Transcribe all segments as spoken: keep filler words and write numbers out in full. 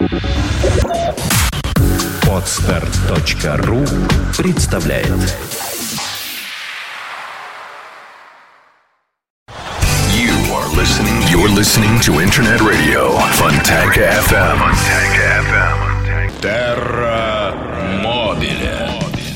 Подстер точка ру представляет. You are listening. You're listening to Internet Radio Fontanka эф эм. Fontanka эф эм. Terra Mobile.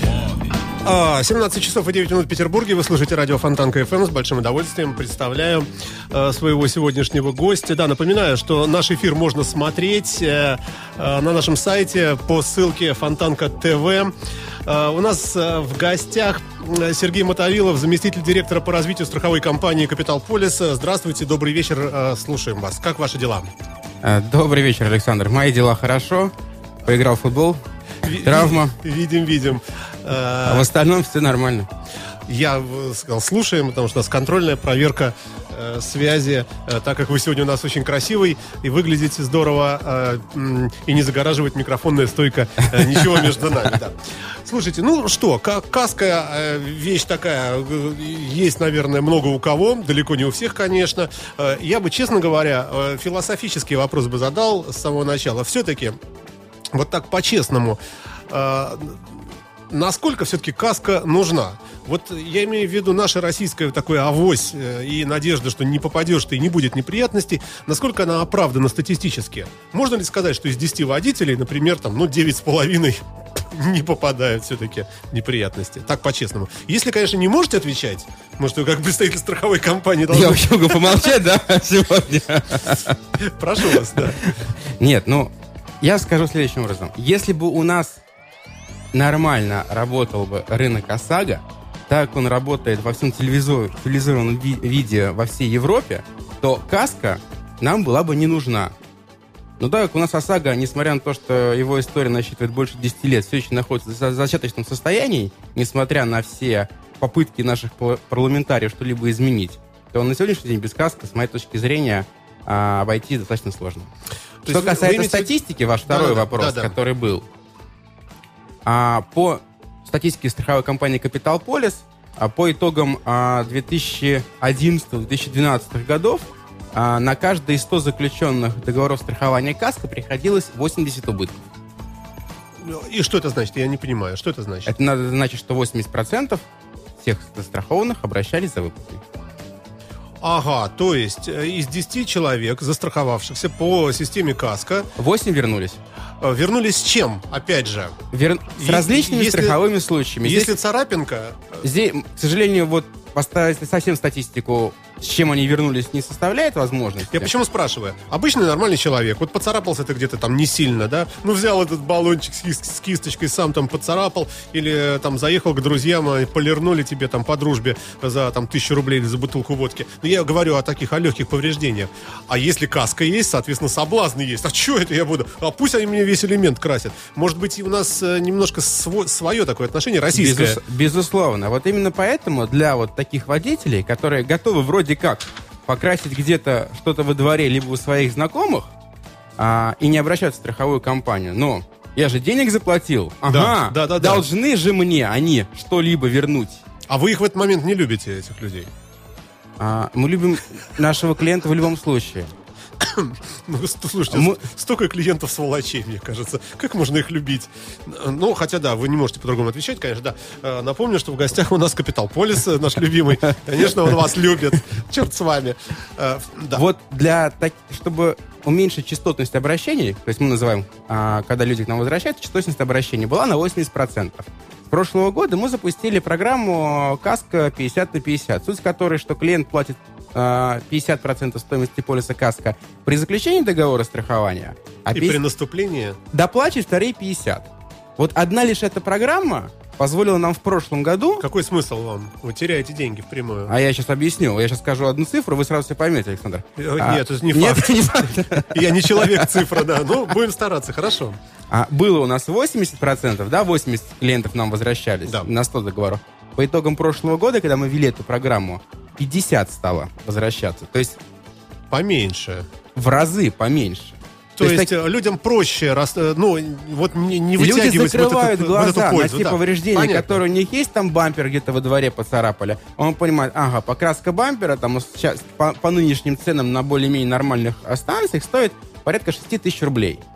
семнадцать часов и девять минут в Петербурге. Вы слушаете радио Фонтанка эф эм. С большим удовольствием представляю э, своего сегодняшнего гостя. Да, напоминаю, что наш эфир можно смотреть э, э, на нашем сайте по ссылке Фонтанка ТВ. Э, у нас э, в гостях Сергей Мотовилов, заместитель директора по развитию страховой компании «Капитал Полис». Здравствуйте, добрый вечер, э, слушаем вас. Как ваши дела? Добрый вечер, Александр. Мои дела хорошо. Поиграл в футбол. Травма. Видим, видим. А в остальном все нормально. Я сказал, слушаем, потому что у нас контрольная проверка э, связи, э, так как вы сегодня у нас очень красивый и выглядите здорово, э, э, и не загораживает микрофонная стойка э, ничего между нами. Да. Слушайте, ну что, каска э, вещь такая, э, есть, наверное, много у кого, далеко не у всех, конечно. Э, я бы, честно говоря, э, философический вопрос бы задал с самого начала. Все-таки, вот так по-честному, э, насколько все-таки каска нужна? Вот я имею в виду наше российское такое авось э, и надежда, что не попадешь ты и не будет неприятностей. Насколько она оправдана статистически? Можно ли сказать, что из десяти водителей, например, там, ну, девять с половиной не попадают все-таки в неприятности? Так, по-честному. Если, конечно, не можете отвечать, может, вы как представитель страховой компании должны... Я вообще могу помолчать, да, сегодня? Прошу вас, да. Нет, ну, я скажу следующим образом. Если бы у нас нормально работал бы рынок ОСАГО, так как он работает во всем телевизионном ви- виде во всей Европе, то каска нам была бы не нужна. Но так как у нас ОСАГО, несмотря на то, что его история насчитывает больше десяти лет, все еще находится в зачаточном состоянии, несмотря на все попытки наших парламентариев что-либо изменить, то на сегодняшний день без каски, с моей точки зрения, обойти достаточно сложно. То Что вы, касается вы имеете... статистики, ваш второй да, да, вопрос, да, да. который был. А, по статистике страховой компании «Капитал Полис», а, по итогам а, две тысячи одиннадцатого - две тысячи двенадцатого годов а, на каждые сто заключенных договоров страхования каска приходилось восемьдесят убытков. И что это значит? Я не понимаю. Что это значит? Это надо значит, что восемьдесят процентов всех застрахованных обращались за выплатой. Ага, то есть из десяти человек, застраховавшихся по системе каска, восемь вернулись. Вернулись с чем, опять же? Вер... С различными если, страховыми случаями. Если Здесь, царапинка... Здесь, к сожалению, вот поставить совсем статистику, с чем они вернулись, не составляет возможности. Я почему спрашиваю? Обычный нормальный человек, вот поцарапался ты где-то там не сильно, да? Ну, взял этот баллончик с, кис- с кисточкой, сам там поцарапал, или там заехал к друзьям, полирнули тебе там по дружбе за там тысячу рублей или за бутылку водки. Но я говорю о таких, о легких повреждениях. А если каска есть, соответственно, соблазны есть. А что это я буду? А пусть они мне весь элемент красят. Может быть, и у нас немножко сво- свое такое отношение российское. Безус- безусловно. Вот именно поэтому для вот таких водителей, которые готовы вроде как покрасить где-то что-то во дворе, либо у своих знакомых, а, и не обращаться в страховую компанию. Но я же денег заплатил. Ага, да, да, да, должны да. же мне они что-либо вернуть. А вы их в этот момент не любите, этих людей? А, мы любим нашего клиента в любом случае. Ну, слушайте, Мы... столько клиентов сволочей, мне кажется. Как можно их любить? Ну, хотя, да, вы не можете по-другому отвечать, конечно, да. Напомню, что в гостях у нас «Капитал Полис», наш любимый. Конечно, он вас любит. Черт с вами. Да. Вот для так, чтобы уменьшить частотность обращений, то есть мы называем, когда люди к нам возвращаются, частотность обращений была на восемьдесят процентов. С прошлого года мы запустили программу «Каска пятьдесят на пятьдесят», суть которой, что клиент платит пятьдесят процентов стоимости полиса каска при заключении договора страхования. А и пи- при наступлении? Доплачивать вторые пятьдесят. Вот одна лишь эта программа позволила нам в прошлом году... Какой смысл вам? Вы теряете деньги впрямую. А я сейчас объясню. Я сейчас скажу одну цифру, вы сразу все поймете, Александр. Нет, а, это не нет, факт. Не факт. Я не человек-цифра, да. Ну, будем стараться, хорошо. А, было у нас восемьдесят процентов, да, восемьдесят клиентов нам возвращались, да, на сто договоров. По итогам прошлого года, когда мы ввели эту программу, пятьдесят стало возвращаться. То есть... Поменьше. В разы поменьше. То, То есть, есть так... людям проще, раз, ну, вот не, не вытягивать люди закрывают вот эту, глаза вот эту пользу, на те да. повреждения, Понятно. которые у них есть, там бампер где-то во дворе поцарапали. Он понимает, ага, покраска бампера там сейчас по, по нынешним ценам на более-менее нормальных станциях стоит порядка шесть тысяч рублей.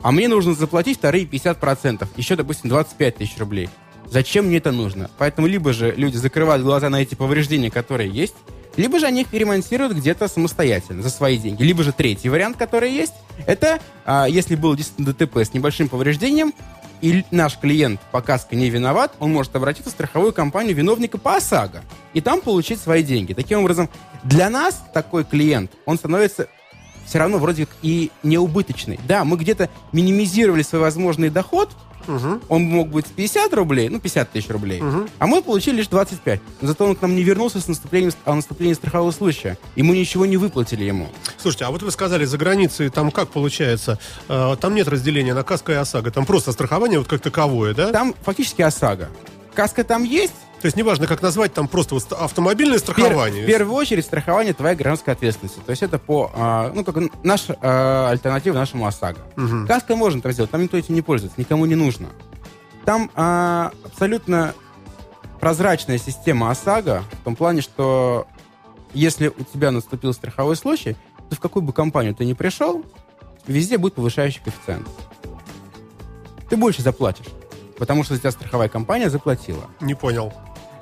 а мне нужно заплатить вторые пятьдесят процентов, еще, допустим, двадцать пять тысяч рублей. Зачем мне это нужно? Поэтому либо же люди закрывают глаза на эти повреждения, которые есть, либо же они их ремонтируют где-то самостоятельно, за свои деньги. Либо же третий вариант, который есть, это а, если был действительно ДТП с небольшим повреждением, и наш клиент по каско не виноват, он может обратиться в страховую компанию виновника по ОСАГО и там получить свои деньги. Таким образом, для нас такой клиент, он становится все равно вроде как и неубыточный. Да, мы где-то минимизировали свой возможный доход, угу. Он мог быть пятьдесят рублей, ну, пятьдесят тысяч рублей, угу. а мы получили лишь двадцать пять. Зато он к нам не вернулся с наступлением, о наступлении страхового случая. И мы ничего не выплатили ему. Слушайте, а вот вы сказали, за границей там как получается? Там нет разделения на каско и ОСАГО, там просто страхование вот как таковое, да? Там фактически ОСАГО. Каска там есть. То есть неважно, как назвать, там просто вот автомобильное страхование. В первую очередь страхование твоей гражданской ответственности. То есть это по, а, ну, как наш а, альтернатива нашему ОСАГО. Угу. Каска можно там сделать, там никто этим не пользуется, никому не нужно. Там а, абсолютно прозрачная система ОСАГО в том плане, что если у тебя наступил страховой случай, то в какую бы компанию ты ни пришел, везде будет повышающий коэффициент. Ты больше заплатишь, потому что за тебя страховая компания заплатила. Не понял.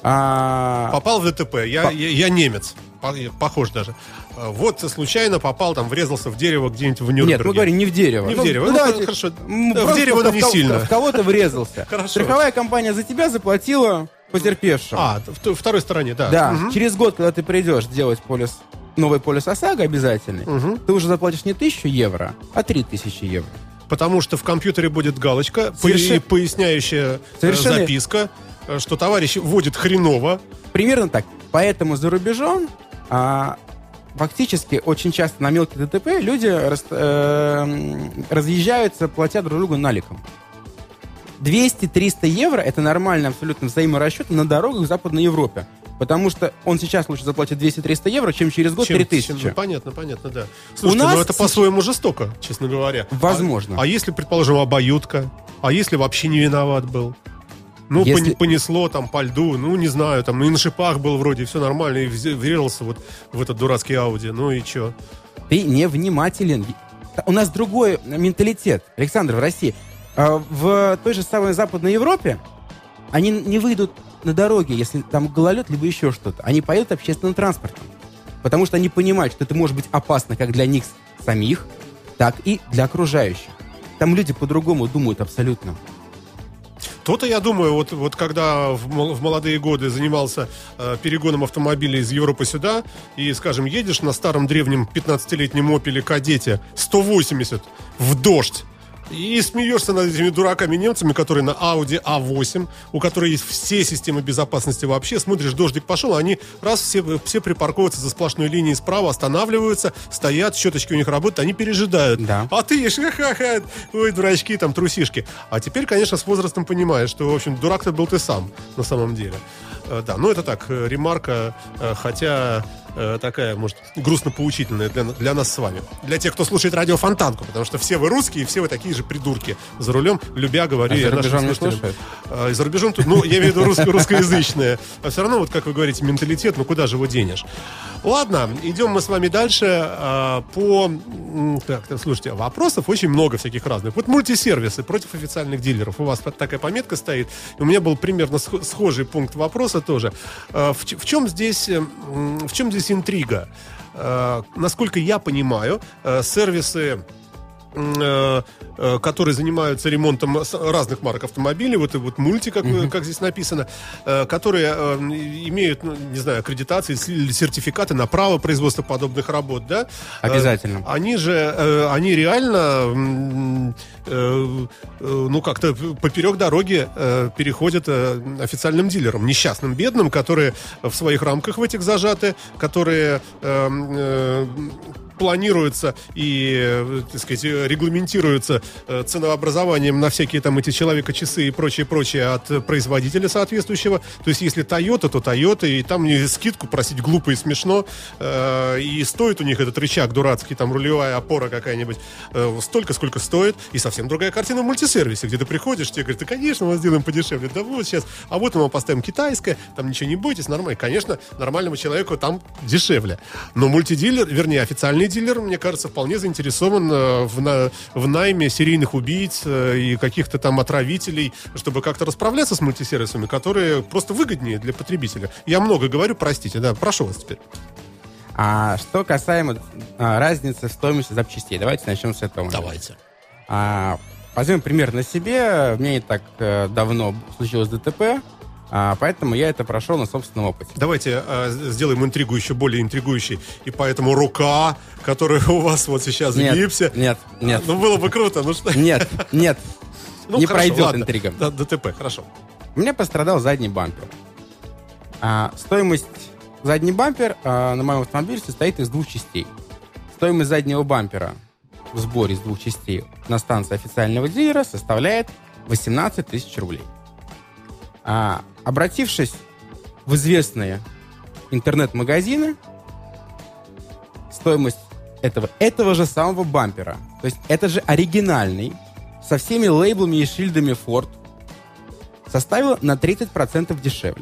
А... Попал в ДТП. Я, По... я, я немец. Похож даже. Вот случайно попал, там, врезался в дерево где-нибудь в Нюрнберге. Нет, мы говорим не в дерево. Не ну, в дерево. Ну, ну, давайте, хорошо. В дерево, но не в, сильно. В кого-то врезался. Страховая компания за тебя заплатила потерпевшему. А, в второй стороне, да. Да. Угу. Через год, когда ты придешь делать полис, новый полис ОСАГО обязательный, угу. ты уже заплатишь не тысячу евро, а три тысячи евро. Потому что в компьютере будет галочка, Совершенно... поясняющая Совершенно... записка, что товарищ водит хреново. Примерно так. Поэтому за рубежом а, фактически очень часто на мелкие ДТП люди раз, э, разъезжаются, платя друг другу наликом. двести-триста евро – это нормальный абсолютно взаиморасчет на дорогах в Западной Европе. Потому что он сейчас лучше заплатит двести-триста евро, чем через год три тысячи. Ну, понятно, понятно, да. Слушайте, ну это по-своему жестоко, честно говоря. Возможно. А, а если, предположим, обоюдка? А если вообще не виноват был? Ну, если... понесло там по льду, ну, не знаю, там, и на шипах был вроде, и все нормально, и врезался вот в этот дурацкий Ауди, ну и чё? Ты невнимателен. У нас другой менталитет, Александр, в России. В той же самой Западной Европе они не выйдут на дороге, если там гололед, либо еще что-то. Они поедут общественным транспортом. Потому что они понимают, что это может быть опасно как для них самих, так и для окружающих. Там люди по-другому думают абсолютно. То-то, я думаю, вот, вот когда в, в молодые годы занимался э, перегоном автомобилей из Европы сюда, и, скажем, едешь на старом древнем пятнадцатилетнем Opel Kadett сто восемьдесят в дождь, и смеешься над этими дураками-немцами, которые на Audi а восемь, у которой есть все системы безопасности вообще. Смотришь, дождик пошел, они раз все, все припарковываются за сплошной линией справа, останавливаются, стоят, щеточки у них работают, они пережидают. Да. А ты ешь, ха-ха-ха, ой, дурачки, там, трусишки. А теперь, конечно, с возрастом понимаешь, что, в общем, дурак-то был ты сам, на самом деле. Да, ну это так, ремарка, хотя такая, может, грустно-поучительная для, для нас с вами. Для тех, кто слушает радио Фонтанку, потому что все вы русские, все вы такие же придурки за рулем, любя, говорю а я нашим слушателям. А, за рубежом тут, ну, я имею в виду русско- русскоязычные. А все равно, вот как вы говорите, менталитет, ну куда же его денешь? Ладно, идем мы с вами дальше а, по... Так, так, слушайте, вопросов очень много всяких разных. Вот мультисервисы против официальных дилеров. У вас такая пометка стоит. У меня был примерно схожий пункт вопроса тоже. А, в, в чем здесь, в чем здесь интрига? А, насколько я понимаю, сервисы, которые занимаются ремонтом разных марок автомобилей, вот, вот мульти, как, mm-hmm. как здесь написано, которые имеют, ну, не знаю, аккредитации или сертификаты на право производства подобных работ, да? Обязательно. Они же, они реально, ну, как-то поперек дороги переходят официальным дилерам, несчастным, бедным, которые в своих рамках в этих зажаты, которые планируется и, так сказать, регламентируется ценообразованием на всякие там эти человека-часы и прочее-прочее от производителя соответствующего. То есть, если Toyota, то Toyota, и там мне скидку просить глупо и смешно. И стоит у них этот рычаг дурацкий, там рулевая опора какая-нибудь столько, сколько стоит, и со совсем другая картина в мультисервисе, где ты приходишь, тебе говорят, да, конечно, мы сделаем подешевле, да вот сейчас, а вот мы вам поставим китайское, там ничего не бойтесь, нормально. Конечно, нормальному человеку там дешевле. Но мультидилер, вернее, официальный дилер, мне кажется, вполне заинтересован в, на, в найме серийных убийц и каких-то там отравителей, чтобы как-то расправляться с мультисервисами, которые просто выгоднее для потребителя. Я много говорю, простите, да, прошу вас теперь. А что касаемо а, разницы в стоимости запчастей, давайте начнем с этого. Давайте. А, возьмем пример на себе. У меня не так а, давно случилось ДТП, а, поэтому я это прошел на собственном опыте. Давайте а, сделаем интригу еще более интригующей. И поэтому рука, которая у вас вот сейчас в нет, гипсе... Нет, нет. Ну, было бы круто, ну что... Нет, нет. Ну, не хорошо, пройдет ладно. интрига. Да, ДТП, хорошо. У меня пострадал задний бампер. А, стоимость задний бампер а, на моем автомобиле состоит из двух частей. Стоимость заднего бампера в сборе из двух частей на станции официального дилера составляет восемнадцать тысяч рублей. А, обратившись в известные интернет-магазины, стоимость этого, этого же самого бампера, то есть это же оригинальный, со всеми лейблами и шильдами Ford, составила на тридцать процентов дешевле.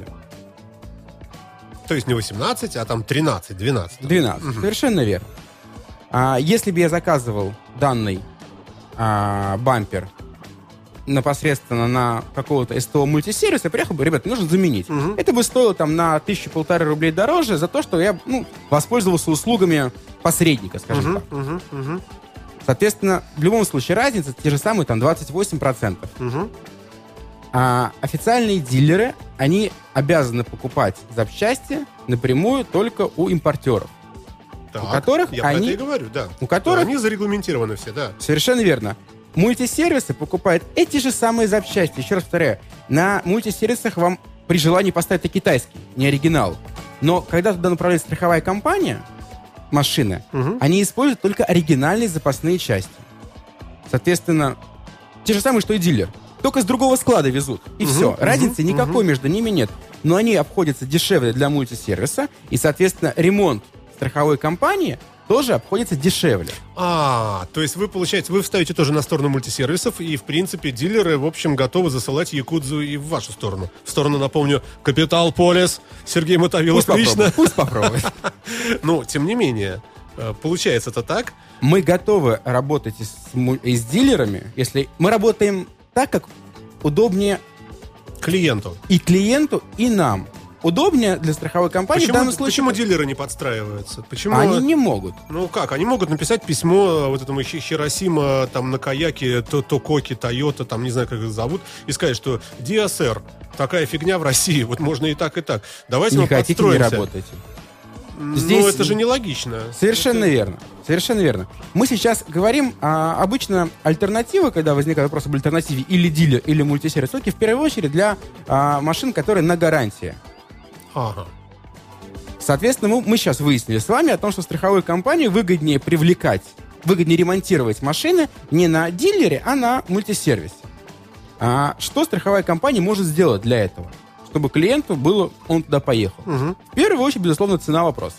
То есть не восемнадцать, а там тринадцать, двенадцать. двенадцать, угу. Совершенно верно. А, если бы я заказывал данный а, бампер непосредственно на какого-то СТО мультисервиса, я приехал бы, ребята, нужно заменить. Угу. Это бы стоило там на тысячу-полторы рублей дороже за то, что я ну, воспользовался услугами посредника, скажем угу, так. Угу, угу. Соответственно, в любом случае разница те же самые там двадцать восемь процентов. Угу. А официальные дилеры, они обязаны покупать запчасти напрямую только у импортеров. Так, у которых я они, про это и говорю, да. У которых... Они зарегламентированы все, да. Совершенно верно. Мультисервисы покупают эти же самые запчасти. Еще раз повторяю, на мультисервисах вам при желании поставить и китайский, не оригинал. Но когда туда направляет страховая компания, машины, угу. они используют только оригинальные запасные части. Соответственно, те же самые, что и дилер. Только с другого склада везут. И угу, все. Разницы угу, никакой угу. между ними нет. Но они обходятся дешевле для мультисервиса. И, соответственно, ремонт страховой компании тоже обходится дешевле. А, то есть вы, получаете, вы вставите тоже на сторону мультисервисов, и, в принципе, дилеры, в общем, готовы засылать якудзу и в вашу сторону. В сторону, напомню, Капитал Полис, Сергей Мотовилов лично. Пусть попробует. Ну, тем не менее, получается это так. Мы готовы работать с, с дилерами, если мы работаем так, как удобнее клиенту. И клиенту, и нам. Удобнее для страховой компании. Почему, в данном случае... почему дилеры не подстраиваются? Почему... Они не могут. Ну как? Они могут написать письмо вот этому Хиросима там на Каяке, Тококи, Тойота, там не знаю, как их зовут, и сказать, что Dear Sir, такая фигня в России, вот можно и так, и так. Давайте не мы хотите, подстроимся. Не работайте. Здесь... Ну, это же нелогично. Совершенно это... верно. Совершенно верно. Мы сейчас говорим, а, обычно альтернатива, когда возникает вопрос об альтернативе или дилер, или мультисервис, все-таки в первую очередь для а, машин, которые на гарантии. Ага. Соответственно, мы, мы сейчас выяснили с вами о том, что страховой компании выгоднее привлекать, выгоднее ремонтировать машины не на дилере, а на мультисервисе. А что страховая компания может сделать для этого? Чтобы клиенту было, он туда поехал. Угу. В первую очередь, безусловно, цена вопроса.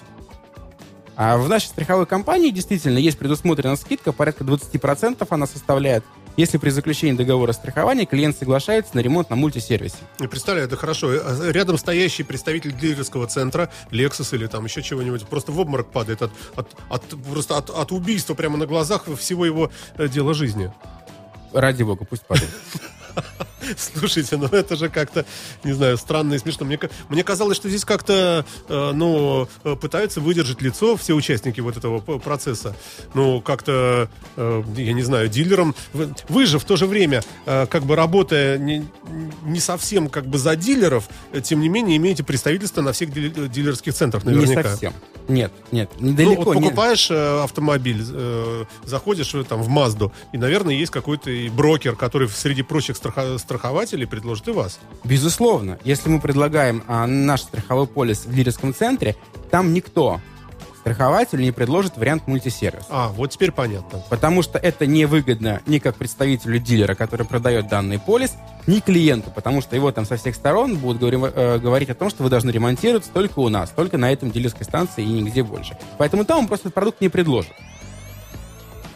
А в нашей страховой компании действительно есть предусмотрена скидка, порядка двадцать процентов она составляет, если при заключении договора страхования клиент соглашается на ремонт на мультисервисе. Я представляю, это хорошо. Рядом стоящий представитель дилерского центра, Lexus или там еще чего-нибудь, просто в обморок падает от, от, от, просто от, от убийства прямо на глазах всего его дела жизни. Ради бога, пусть падает. Слушайте, ну это же как-то, не знаю, странно и смешно. Мне, мне казалось, что здесь как-то, э, ну, пытаются выдержать лицо все участники вот этого процесса. Ну, как-то, э, я не знаю, дилерам... Вы, вы же в то же время, э, как бы работая не, не совсем как бы за дилеров, тем не менее имеете представительство на всех дилерских центрах наверняка. Не совсем. Нет, нет, недалеко. Ну, вот покупаешь нет. автомобиль, э, заходишь там в Мазду, и, наверное, есть какой-то и брокер, который среди прочих страхователей страхователей предложит и вас. Безусловно. Если мы предлагаем а, наш страховой полис в дилерском центре, там никто страхователю не предложит вариант мультисервис. А, вот теперь понятно. Потому что это невыгодно ни как представителю дилера, который продает данный полис, ни клиенту, потому что его там со всех сторон будут говори, э, говорить о том, что вы должны ремонтироваться только у нас, только на этом дилерской станции и нигде больше. Поэтому там он просто этот продукт не предложит.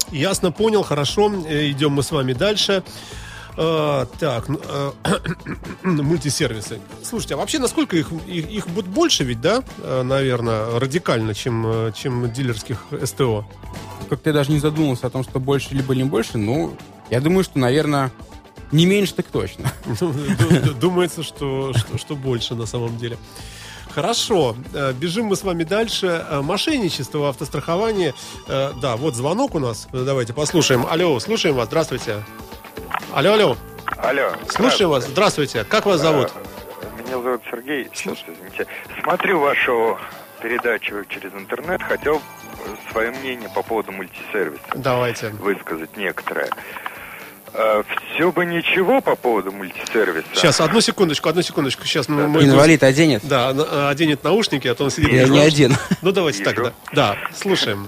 Ясно, понял, хорошо. Идем мы с вами дальше. А, так, а, мультисервисы. Слушайте, а вообще насколько их, их, их будет больше ведь, да, наверное, радикально, чем, чем дилерских СТО? Как-то я даже не задумывался о том, что больше либо не больше, ну, я думаю, что, наверное, не меньше, так точно. Думается, что, что, что больше на самом деле. Хорошо, бежим мы с вами дальше. Мошенничество в автостраховании. Да, вот звонок у нас. Давайте послушаем. Алло, слушаем вас. Здравствуйте. Алло, алло. Алло. Слушаем вас. Здравствуйте. Как вас зовут? Меня зовут Сергей. Сейчас, извините. Смотрю вашу передачу через интернет. Хотел свое мнение по поводу мультисервиса. Давайте. Высказать некоторое. Все бы ничего по поводу мультисервиса. Сейчас, одну секундочку, одну секундочку. Сейчас да, мой инвалид гость... оденет. Да, оденет наушники, а то он сидит... Я не один. Ну, давайте Вижу. так, да. Да, слушаем.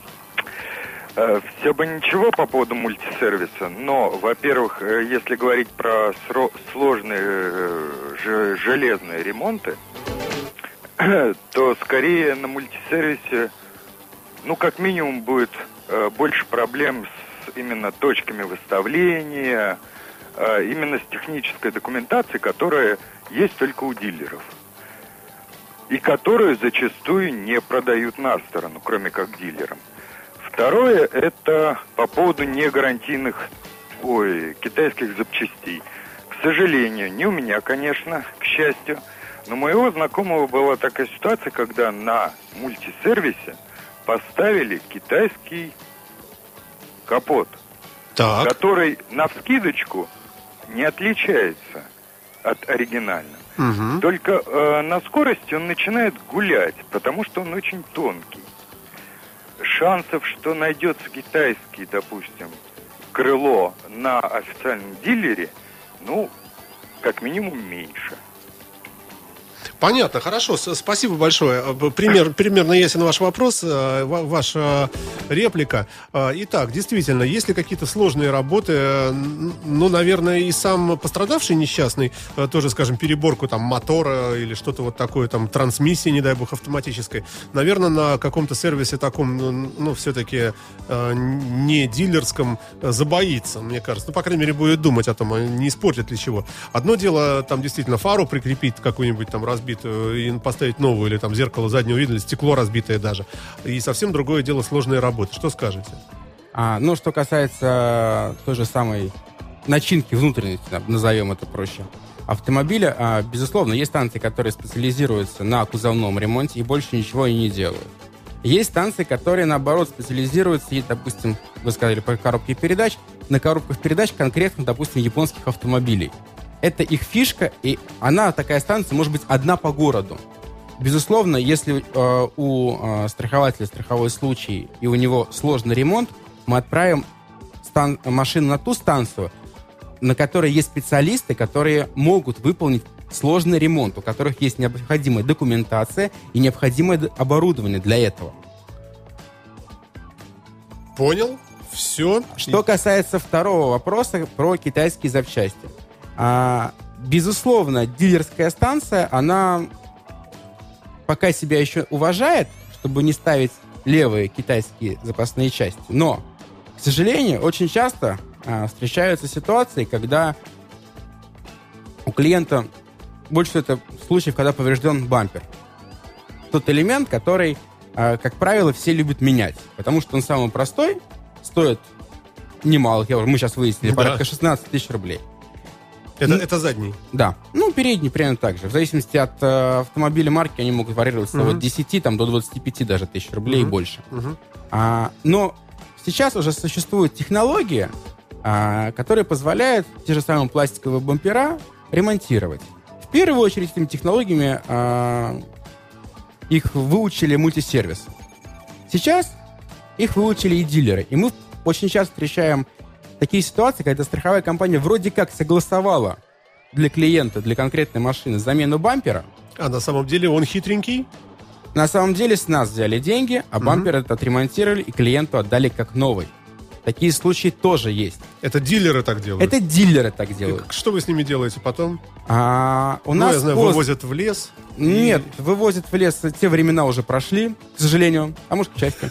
Все бы ничего по поводу мультисервиса, но, во-первых, если говорить про сложные железные ремонты, то скорее на мультисервисе, ну, как минимум, будет больше проблем с именно точками выставления, именно с технической документацией, которая есть только у дилеров. И которую зачастую не продают на сторону, кроме как дилерам. Второе, это по поводу негарантийных, ой, китайских запчастей. К сожалению, не у меня, конечно, к счастью, но у моего знакомого была такая ситуация, когда на мультисервисе поставили китайский капот, так. который навскидочку не отличается от оригинального. Угу. Только э, на скорости он начинает гулять, потому что он очень тонкий. Шансов, что найдется китайский, допустим, крыло на официальном дилере, ну, как минимум меньше. Понятно, хорошо, спасибо большое. Пример, примерно ясен ваш вопрос, ваша реплика. Итак, действительно, если какие-то сложные работы, ну, наверное, и сам пострадавший несчастный, тоже, скажем, переборку там мотора или что-то вот такое, там, трансмиссии, не дай бог, автоматической, наверное, на каком-то сервисе таком, ну, все-таки не дилерском забоится, мне кажется. Ну, по крайней мере, будет думать о том, не испортит ли чего. Одно дело, там, действительно, фару прикрепить какую-нибудь там разбитую и поставить новую, или там зеркало заднего вида, или стекло разбитое даже. И совсем другое дело сложные работы. Что скажете? А, ну, что касается той же самой начинки внутренней, назовем это проще, автомобиля, а, безусловно, есть станции, которые специализируются на кузовном ремонте и больше ничего и не делают. Есть станции, которые, наоборот, специализируются, и, допустим, вы сказали про коробки передач, на коробках передач конкретно, допустим, японских автомобилей. Это их фишка, и она, такая станция, может быть одна по городу. Безусловно, если э, у э, страхователя страховой случай, и у него сложный ремонт, мы отправим стан- машину на ту станцию, на которой есть специалисты, которые могут выполнить сложный ремонт, у которых есть необходимая документация и необходимое оборудование для этого. Понял. Все. Что касается второго вопроса про китайские запчасти. А, безусловно, дилерская станция, она пока себя еще уважает, чтобы не ставить левые китайские запасные части. Но, к сожалению, очень часто а, встречаются ситуации, когда у клиента больше всего это случаев, когда поврежден бампер. Тот элемент, который, а, как правило, все любят менять, потому что он самый простой, стоит немало, мы сейчас выяснили, да. порядка шестнадцать тысяч рублей. Это, ну, это задний? Да. Ну, передний примерно так же. В зависимости от э, автомобиля марки они могут варьироваться uh-huh. от десяти там, до двадцати пяти даже тысяч рублей uh-huh. и больше. Uh-huh. А, но сейчас уже существует технология, а, которая позволяет те же самые пластиковые бампера ремонтировать. В первую очередь этими технологиями а, их выучили мультисервис. Сейчас их выучили и дилеры. И мы очень часто встречаем такие ситуации, когда страховая компания вроде как согласовала для клиента, для конкретной машины замену бампера. А на самом деле он хитренький? На самом деле с нас взяли деньги, а бампер mm-hmm. этот отремонтировали и клиенту отдали как новый. Такие случаи тоже есть. Это дилеры так делают? Это дилеры так делают. И что вы с ними делаете потом? А, у ну, нас я знаю, пост... вывозят в лес? Нет, и... вывозят в лес. Те времена уже прошли, к сожалению. А может, к счастью.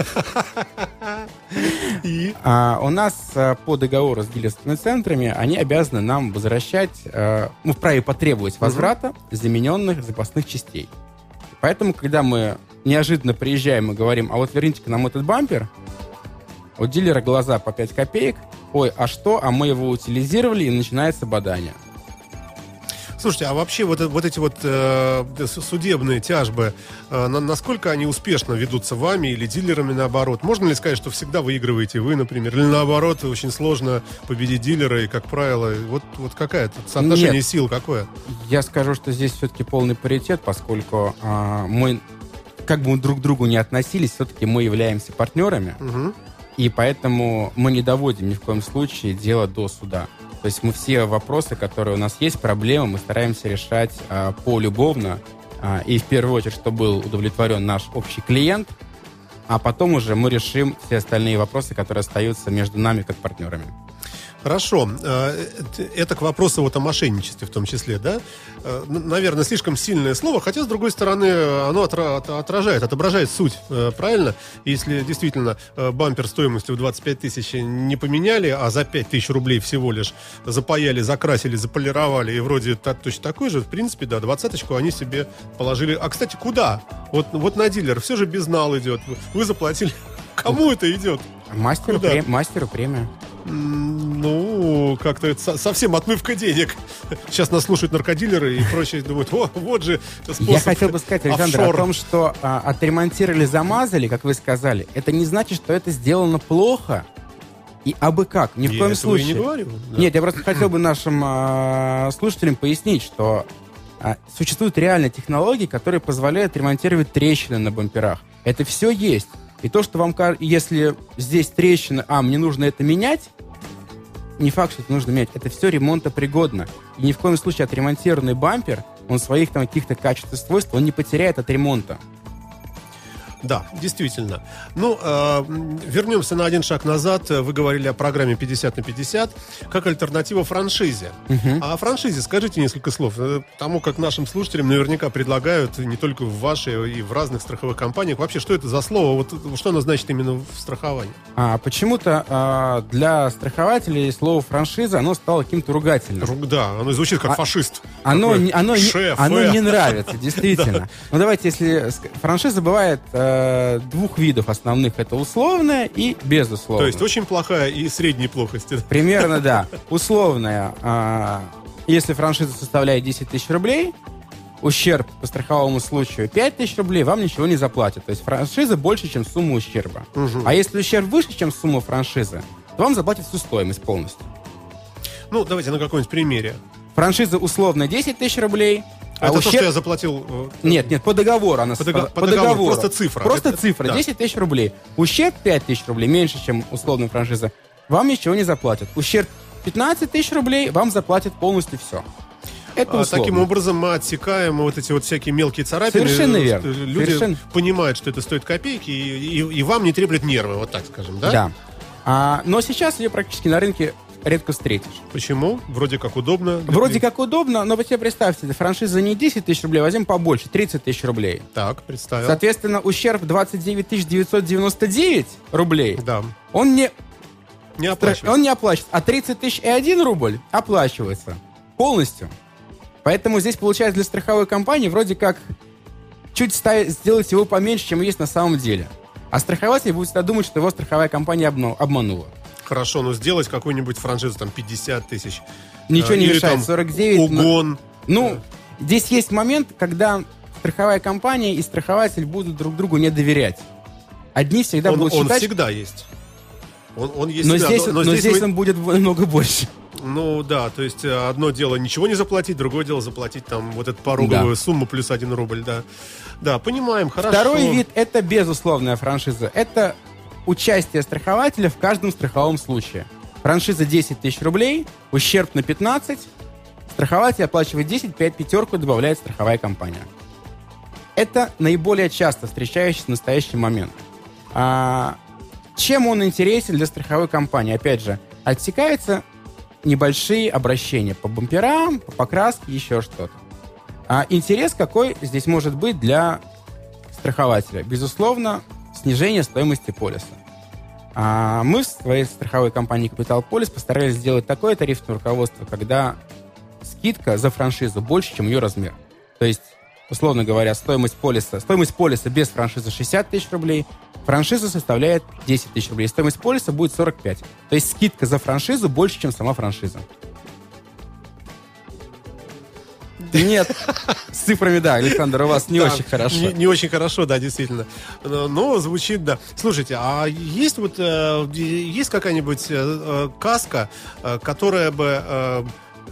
И? А, у нас по договору с дилерскими центрами они обязаны нам возвращать, ну, вправе потребовать возврата замененных запасных частей. Поэтому, когда мы неожиданно приезжаем и говорим, а вот верните-ка нам этот бампер, у дилера глаза по пять копеек, ой, а что, а мы его утилизировали, и начинается бадание. Слушайте, а вообще вот, вот эти вот э, судебные тяжбы, э, на, насколько они успешно ведутся вами или дилерами наоборот? Можно ли сказать, что всегда выигрываете вы, например? Или наоборот, очень сложно победить дилера, и, как правило, вот, вот какая тут соотношение Нет. сил какое? Я скажу, что здесь все-таки полный паритет, поскольку э, мы, как бы мы друг к другу не относились, все-таки мы являемся партнерами, Угу. и поэтому мы не доводим ни в коем случае дело до суда. То есть мы все вопросы, которые у нас есть, проблемы, мы стараемся решать а, полюбовно. А, и в первую очередь, чтобы был удовлетворен наш общий клиент, а потом уже мы решим все остальные вопросы, которые остаются между нами как партнерами. Хорошо. Это к вопросу вот о мошенничестве в том числе, да? Наверное, слишком сильное слово, хотя, с другой стороны, оно отражает, отображает суть, правильно? Если действительно бампер стоимостью в двадцать пять тысяч не поменяли, а за пять тысяч рублей всего лишь запаяли, закрасили, заполировали, и вроде точно такой же, в принципе, да, двадцаточку они себе положили. А, кстати, куда? Вот, вот на дилер все же безнал идет. Вы заплатили. Кому это идет? Мастеру, прем... Мастеру премия. Ну, как-то это совсем отмывка денег. Сейчас нас слушают наркодилеры и прочие думают, о, вот же способ. Я хотел бы сказать, Александр, офшор. О том, что а, отремонтировали, замазали, как вы сказали, это не значит, что это сделано плохо и абы как. Ни в я коем этого случае. И не говорю. Да. Нет, я просто хотел бы нашим а, слушателям пояснить, что а, существуют реальные технологии, которые позволяют ремонтировать трещины на бамперах. Это все есть. И то, что вам кажется, если здесь трещина, а, мне нужно это менять, не факт, что это нужно менять. Это все ремонтопригодно. И ни в коем случае отремонтированный бампер, он своих там каких-то качеств и свойств, он не потеряет от ремонта. Да, действительно. Ну, э, вернемся на один шаг назад. Вы говорили о программе пятьдесят на пятьдесят как альтернатива франшизе. Uh-huh. А о франшизе скажите несколько слов. Тому, как нашим слушателям наверняка предлагают не только в вашей, и в разных страховых компаниях. Вообще, что это за слово? Вот, что оно значит именно в страховании? А, почему-то а, для страхователей слово франшиза, оно стало каким-то ругательным. Ру- да, оно звучит как а, фашист. Оно, не, оно, шеф, не, оно э. не нравится, действительно. Ну, давайте, если... Франшиза бывает... двух видов основных. Это условная и безусловная. То есть очень плохая и средней плохости. Примерно, да. Условная. А, если франшиза составляет десять тысяч рублей, ущерб по страховому случаю пять тысяч рублей, вам ничего не заплатят. То есть франшиза больше, чем сумма ущерба. Угу. А если ущерб выше, чем сумма франшизы, то вам заплатят всю стоимость полностью. Ну, давайте на каком-нибудь примере. Франшиза условно десять тысяч рублей. А это ущерб... то, что я заплатил... Нет, нет, по договору она... По, дог... по, по договору, договору. Просто цифра. Просто это... цифра, да. десять тысяч рублей. Ущерб пять тысяч рублей, меньше, чем условная франшиза. Вам ничего не заплатят. Ущерб пятнадцать тысяч рублей, вам заплатят полностью все. Это а, таким образом мы отсекаем вот эти вот всякие мелкие царапины. Совершенно верно. Люди Совершенно. понимают, что это стоит копейки, и, и, и вам не треплет нервы, вот так скажем, да? Да. А, но сейчас ее практически на рынке редко встретишь. Почему? Вроде как удобно. Вроде как удобно, но вы себе представьте, франшиза не десять тысяч рублей, возьмем побольше, тридцать тысяч рублей. Так, представил. Соответственно, ущерб двадцать девять тысяч девятьсот девяносто девять рублей. Да. Он не... Не оплачивается. Он не оплачивается. А тридцать тысяч и один рубль оплачивается полностью. Поэтому здесь получается для страховой компании вроде как чуть ставить, сделать его поменьше, чем есть на самом деле. А страхователь будет всегда думать, что его страховая компания обманула. Хорошо, но сделать какую-нибудь франшизу, там, пятьдесят тысяч. Ничего не мешает, там, сорок девять. угон. Ну, здесь есть момент, когда страховая компания и страхователь будут друг другу не доверять. Одни всегда он, будут он считать... Он всегда есть. Он, он есть но всегда, здесь, но, но здесь, здесь мы... он будет намного больше. Ну да, то есть одно дело ничего не заплатить, другое дело заплатить там вот эту пороговую да. сумму плюс один рубль, да. Да, понимаем, хорошо. Второй вид – это безусловная франшиза. Это участие страхователя в каждом страховом случае. Франшиза десять тысяч рублей, ущерб на пятнадцать, страхователь оплачивает десять, пять пятерку добавляет страховая компания. Это наиболее часто встречающийся в настоящий момент. А Чем он интересен для страховой компании? Опять же, отсекаются небольшие обращения по бамперам, по покраске, еще что-то. А интерес какой здесь может быть для страхователя? Безусловно, снижение стоимости полиса. А мы в своей страховой компании «Капитал Полис» постарались сделать такое тарифное руководство, когда скидка за франшизу больше, чем ее размер. То есть, условно говоря, стоимость полиса, стоимость полиса без франшизы шестьдесят тысяч рублей, франшиза составляет десять тысяч рублей, стоимость полиса будет сорок пять. То есть скидка за франшизу больше, чем сама франшиза. Нет, с цифрами, да, Александр, у вас не Да, очень хорошо. Не, не очень хорошо, да, действительно. Но, но звучит, да. Слушайте, а есть вот э, есть какая-нибудь э, каска, э, которая бы э,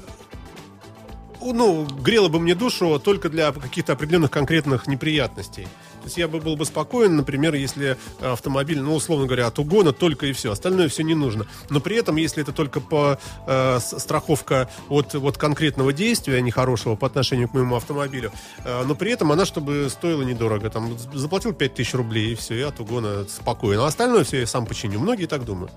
ну, грела бы мне душу только для каких-то определенных конкретных неприятностей? То есть я бы был бы спокоен, например, если автомобиль, ну, условно говоря, от угона только и все. Остальное все не нужно. Но при этом, если это только по э, страховка от, от конкретного действия нехорошего по отношению к моему автомобилю, э, но при этом она, чтобы стоила недорого. Там, заплатил пять тысяч рублей, и все, и от угона спокойно. А остальное все я сам починю. Многие так думают.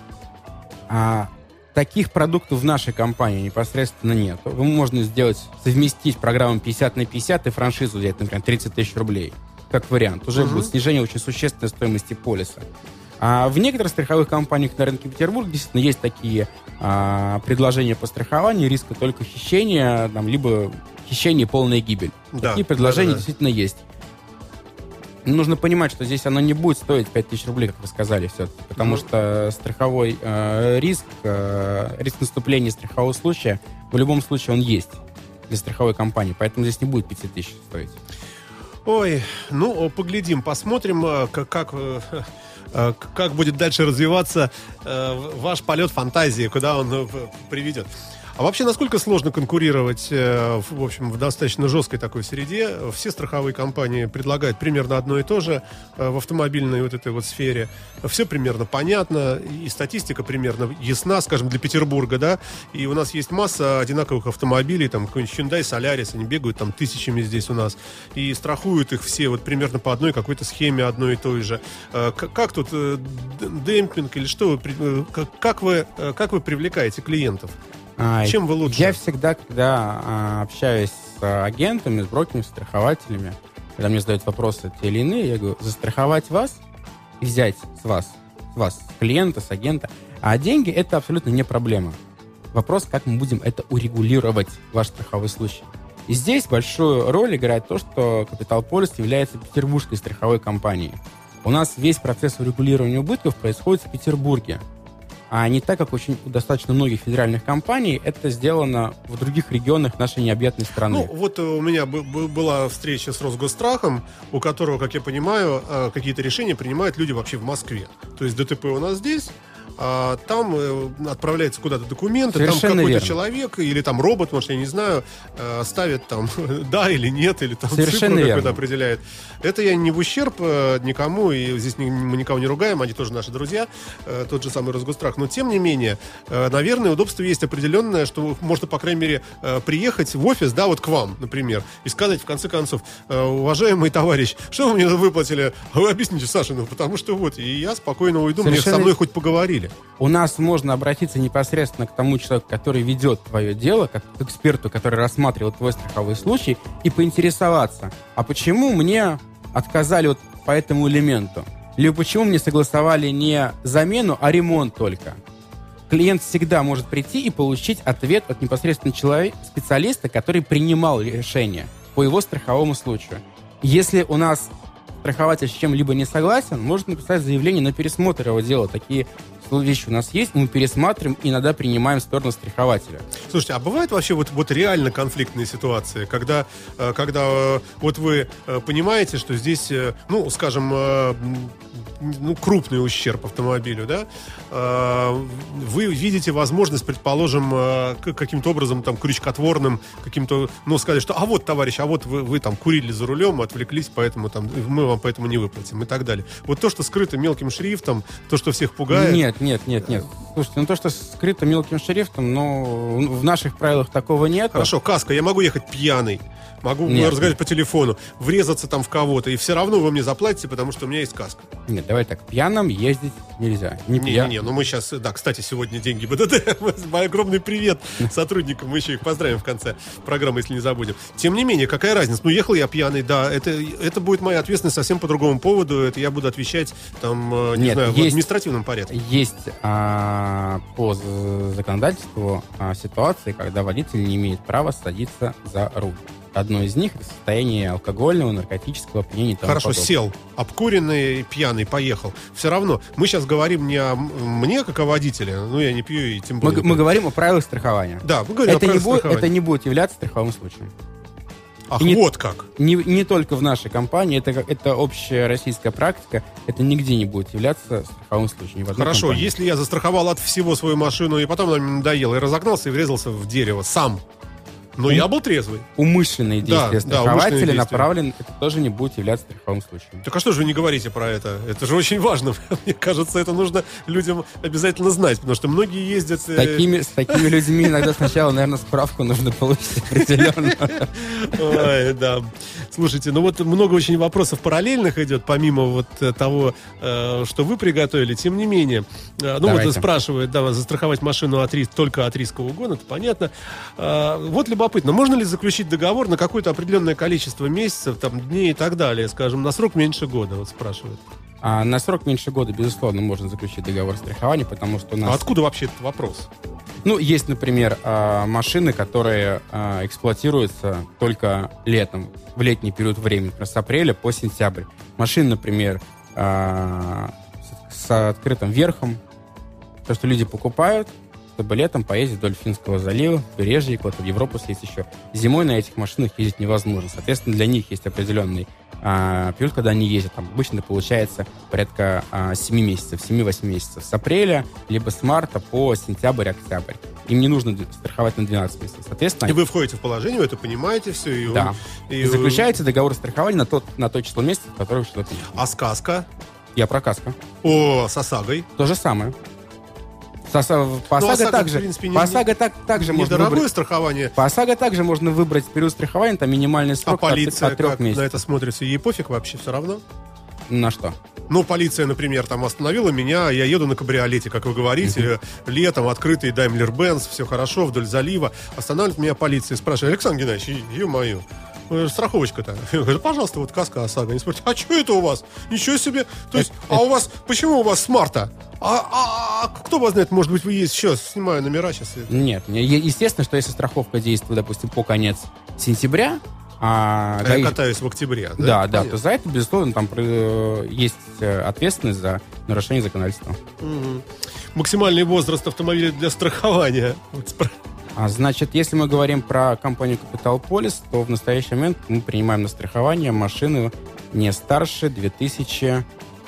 А таких продуктов в нашей компании непосредственно нет. Вы можно сделать, совместить программу пятьдесят на пятьдесят и франшизу взять, например, тридцать тысяч рублей. Как вариант. Уже uh-huh. будет снижение очень существенной стоимости полиса. А в некоторых страховых компаниях на рынке Петербурга действительно есть такие а, предложения по страхованию, риска только хищения, там, либо хищение и полная гибель. Да, такие предложения да, да. действительно есть. Нужно понимать, что здесь оно не будет стоить пять тысяч рублей, как вы сказали, все-таки, потому uh-huh. что страховой э, риск, э, риск наступления страхового случая, в любом случае он есть для страховой компании, поэтому здесь не будет пять тысяч стоить. Ой, ну, поглядим, посмотрим, как, как, как будет дальше развиваться ваш полет фантазии, куда он приведет. А вообще, насколько сложно конкурировать, в общем, в достаточно жесткой такой среде? Все страховые компании предлагают примерно одно и то же в автомобильной вот этой вот сфере. Все примерно понятно, и статистика примерно ясна, скажем, для Петербурга, да? И у нас есть масса одинаковых автомобилей, там, какой-нибудь Hyundai Solaris, они бегают там тысячами здесь у нас, и страхуют их все вот примерно по одной какой-то схеме, одной и той же. Как, как тут демпинг или что? Вы, как, вы, как вы привлекаете клиентов? Чем вы лучше? Я всегда, когда а, общаюсь с агентами, с брокерами, с страхователями, когда мне задают вопросы те или иные, я говорю, застраховать вас и взять с вас, с вас, с клиента, с агента, а деньги — это абсолютно не проблема. Вопрос, как мы будем это урегулировать, ваш страховой случай. И здесь большую роль играет то, что Капитал Полис является петербургской страховой компанией. У нас весь процесс урегулирования убытков происходит в Петербурге. А не так, как очень достаточно многих федеральных компаний, это сделано в других регионах нашей необъятной страны. Ну, вот у меня б- б- была встреча с Росгосстрахом, у которого, как я понимаю, какие-то решения принимают люди вообще в Москве. То есть ДТП у нас здесь, а там э, отправляются куда-то документы, совершенно там какой-то верно. человек или там робот, может, я не знаю, э, ставит там да или нет, или там совершенно цифру верно. какую-то определяет. Это я не в ущерб э, никому, и здесь ни, мы никого не ругаем, они тоже наши друзья, э, тот же самый Росгосстрах. Но, тем не менее, э, наверное, удобство есть определенное, что можно, по крайней мере, э, приехать в офис, да, вот к вам, например, и сказать, в конце концов, э, уважаемый товарищ, что вы мне выплатили? Вы объясните, Саша, ну, потому что вот, и я спокойно уйду, Совершенно... мне со мной хоть поговорили. У нас можно обратиться непосредственно к тому человеку, который ведет твое дело, как к эксперту, который рассматривал твой страховой случай, и поинтересоваться, а почему мне отказали вот по этому элементу? Либо почему мне согласовали не замену, а ремонт только? Клиент всегда может прийти и получить ответ от непосредственно человека, специалиста, который принимал решение по его страховому случаю. Если у нас страхователь с чем-либо не согласен, может написать заявление на пересмотр его дела. Такие вещи у нас есть, мы пересматриваем и иногда принимаем сторону страхователя. Слушайте, а бывают вообще вот, вот реально конфликтные ситуации, когда, когда вот вы понимаете, что здесь, ну, скажем, ну, крупный ущерб автомобилю, да, вы видите возможность, предположим, каким-то образом там крючкотворным, каким-то, ну, сказать, что а вот, товарищ, а вот вы, вы там курили за рулем, отвлеклись, поэтому там мы вам поэтому не выплатим и так далее. Вот то, что скрыто мелким шрифтом, то, что всех пугает. Нет, нет, нет, нет. Слушайте, ну то, что скрыто мелким шрифтом, ну, в наших правилах такого нет. Хорошо, каска, я могу ехать пьяный. могу Нет. разговаривать по телефону, врезаться там в кого-то, и все равно вы мне заплатите, потому что у меня есть каска. Нет, давай так, пьяным ездить нельзя. Не, пья- Не-не-не, ну мы сейчас, да, кстати, сегодня деньги БДД. Огромный привет сотрудникам, мы еще их поздравим в конце программы, если не забудем. Тем не менее, какая разница? Ну, ехал я пьяный, да, это, это будет моя ответственность совсем по другому поводу, это я буду отвечать, там, э, не Нет, знаю, в есть- административном порядке. Есть а, по з- законодательству а, ситуации, когда водитель не имеет права садиться за руль. Одно из них — это состояние алкогольного, наркотического опьянения и тому Хорошо, подобное. сел, обкуренный, пьяный, поехал. Все равно, мы сейчас говорим не о м- мне, как о водителе, ну, я не пью и тем Мы, более. г- мы говорим о правилах страхования. Да, мы говорим Это о не, правилах будет, страхования. это не будет являться страховым случаем. Ах, и не- вот как. Не, не только в нашей компании, это, как- это общая российская практика, это нигде не будет являться страховым случаем. ни в одной Хорошо, компании. если я застраховал от всего свою машину, и потом она мне надоела, и разогнался, и врезался в дерево сам. Но я был трезвый. Умышленные Да, действия да, умышленные страхователя действия. направлены, это тоже не будет являться страховым случаем. Так а что же вы не говорите про это? Это же очень важно. Мне кажется, это нужно людям обязательно знать, потому что многие ездят... С такими, с такими людьми иногда сначала, наверное, справку нужно получить определенную. Ой, да. Слушайте, ну вот много очень вопросов параллельных идет, помимо вот э, того, э, что вы приготовили. Тем не менее, э, ну Давайте. вот спрашивают, да, застраховать машину от рис- только от рискового угона, это понятно. Э, вот любопытно, можно ли заключить договор на какое-то определенное количество месяцев, там, дней и так далее, скажем, на срок меньше года, вот спрашивают. А на срок меньше года, безусловно, можно заключить договор страхования, потому что у нас... А откуда вообще этот вопрос? Ну, есть, например, а, машины, которые а, эксплуатируются только летом, в летний период времени, например, с апреля по сентябрь. Машины, например, а, с, с открытым верхом, то, что люди покупают, чтобы летом поездить вдоль Финского залива, побережье, куда-то в Европу съездить еще. Зимой на этих машинах ездить невозможно. Соответственно, для них есть определенный а, период, когда они ездят. Там обычно получается порядка а, семь месяцев, семь-восемь месяцев. С апреля, либо с марта по сентябрь-октябрь. Им не нужно страховать на двенадцать месяцев. Соответственно, И вы входите в положение, вы это понимаете все. И да. он- и- И заключаете договор страхования на, тот, на то число месяцев, в которое вы что-то едете. А сказка? Я про каско. О, с ОСАГОй. То же самое. По Ну, ОСАГО ОСАГО, также, в принципе, не- по ОСАГО так, также можно Недорогое выбрать. страхование. По ОСАГО также можно выбрать период страхования, там минимальный А срок от, полиция от трех как на месяцев. это смотрится? Ей пофиг вообще все равно? На что? Ну, полиция, например, там остановила меня, я еду на кабриолете, как вы говорите, летом, открытый Daimler-Benz, все хорошо, вдоль залива. Останавливает меня полиция и спрашивает: Александр Геннадьевич, ё-моё, э, страховочка-то? Я говорю: пожалуйста, вот каска ОСАГО. Они спрашивают: а что это у вас? Ничего себе. То есть, а у вас, почему у вас с марта? А, а- а кто вас знает, может быть, вы есть сейчас, снимаю номера сейчас. Нет, не- е- естественно, что если страховка действует, допустим, по конец сентября, а, А гаиш- я катаюсь в октябре. да, да, Понятно. то за это, безусловно, там э, есть э, ответственность за нарушение законодательства. Мгм. Максимальный возраст автомобиля для страхования. Вот спра- А, значит, если мы говорим про компанию Capital Police, то в настоящий момент мы принимаем на страхование машины не старше две тысячи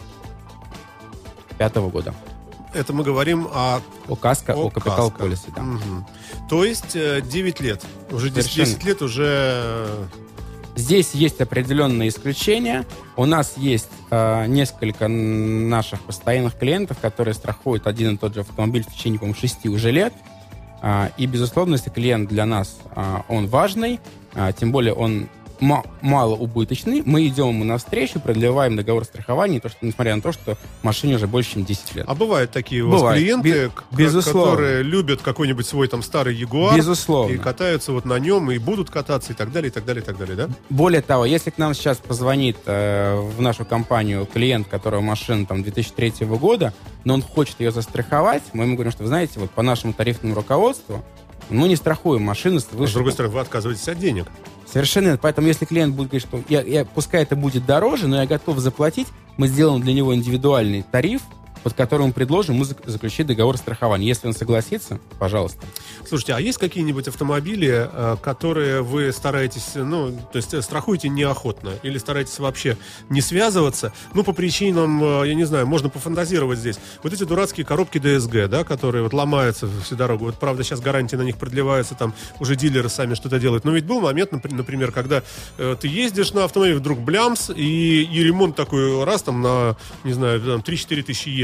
пятого года. Это мы говорим о... О каско, о, Capital каско. Police, да. Мгм. То есть э, девять лет. Уже десять, Совершенно. десять лет уже... э, Здесь есть определенные исключения. У нас есть э, несколько наших постоянных клиентов, которые страхуют один и тот же автомобиль в течение, по-моему, шести уже лет. А, и, безусловно, если клиент для нас, а, он важный, а, тем более он ма- малоубыточный, мы идем ему навстречу, продлеваем договор страхования, то, что, несмотря на то, что машине уже больше, чем десять лет. А бывают такие у вас Бывает. клиенты, Бе- к- безусловно. которые любят какой-нибудь свой там старый Ягуар Безусловно. и катаются вот на нем, и будут кататься, и так далее, и так далее, и так далее, да? Более того, если к нам сейчас позвонит э, в нашу компанию клиент, которого машина там две тысячи третьего года, но он хочет ее застраховать, мы ему говорим, что, вы знаете, вот по нашему тарифному руководству мы не страхуем машины с А с выше... другой стороны, вы отказываетесь от денег. Совершенно нет. Поэтому если клиент будет говорить, что я, я, пускай это будет дороже, но я готов заплатить, мы сделаем для него индивидуальный тариф, под которым мы предложим ему зак- заключить договор страхования. Если он согласится, пожалуйста. Слушайте, а есть какие-нибудь автомобили, э, которые вы стараетесь, ну, то есть э, страхуете неохотно или стараетесь вообще не связываться, ну, по причинам, э, я не знаю, можно пофантазировать здесь. Вот эти дурацкие коробки ДСГ, да, которые вот ломаются всю дорогу. Вот, правда, сейчас гарантии на них продлеваются, там уже дилеры сами что-то делают. Но ведь был момент, напр- например, когда э, ты ездишь на автомобиле, вдруг блямс, и, и ремонт такой раз там на, не знаю, там три-четыре тысячи евро.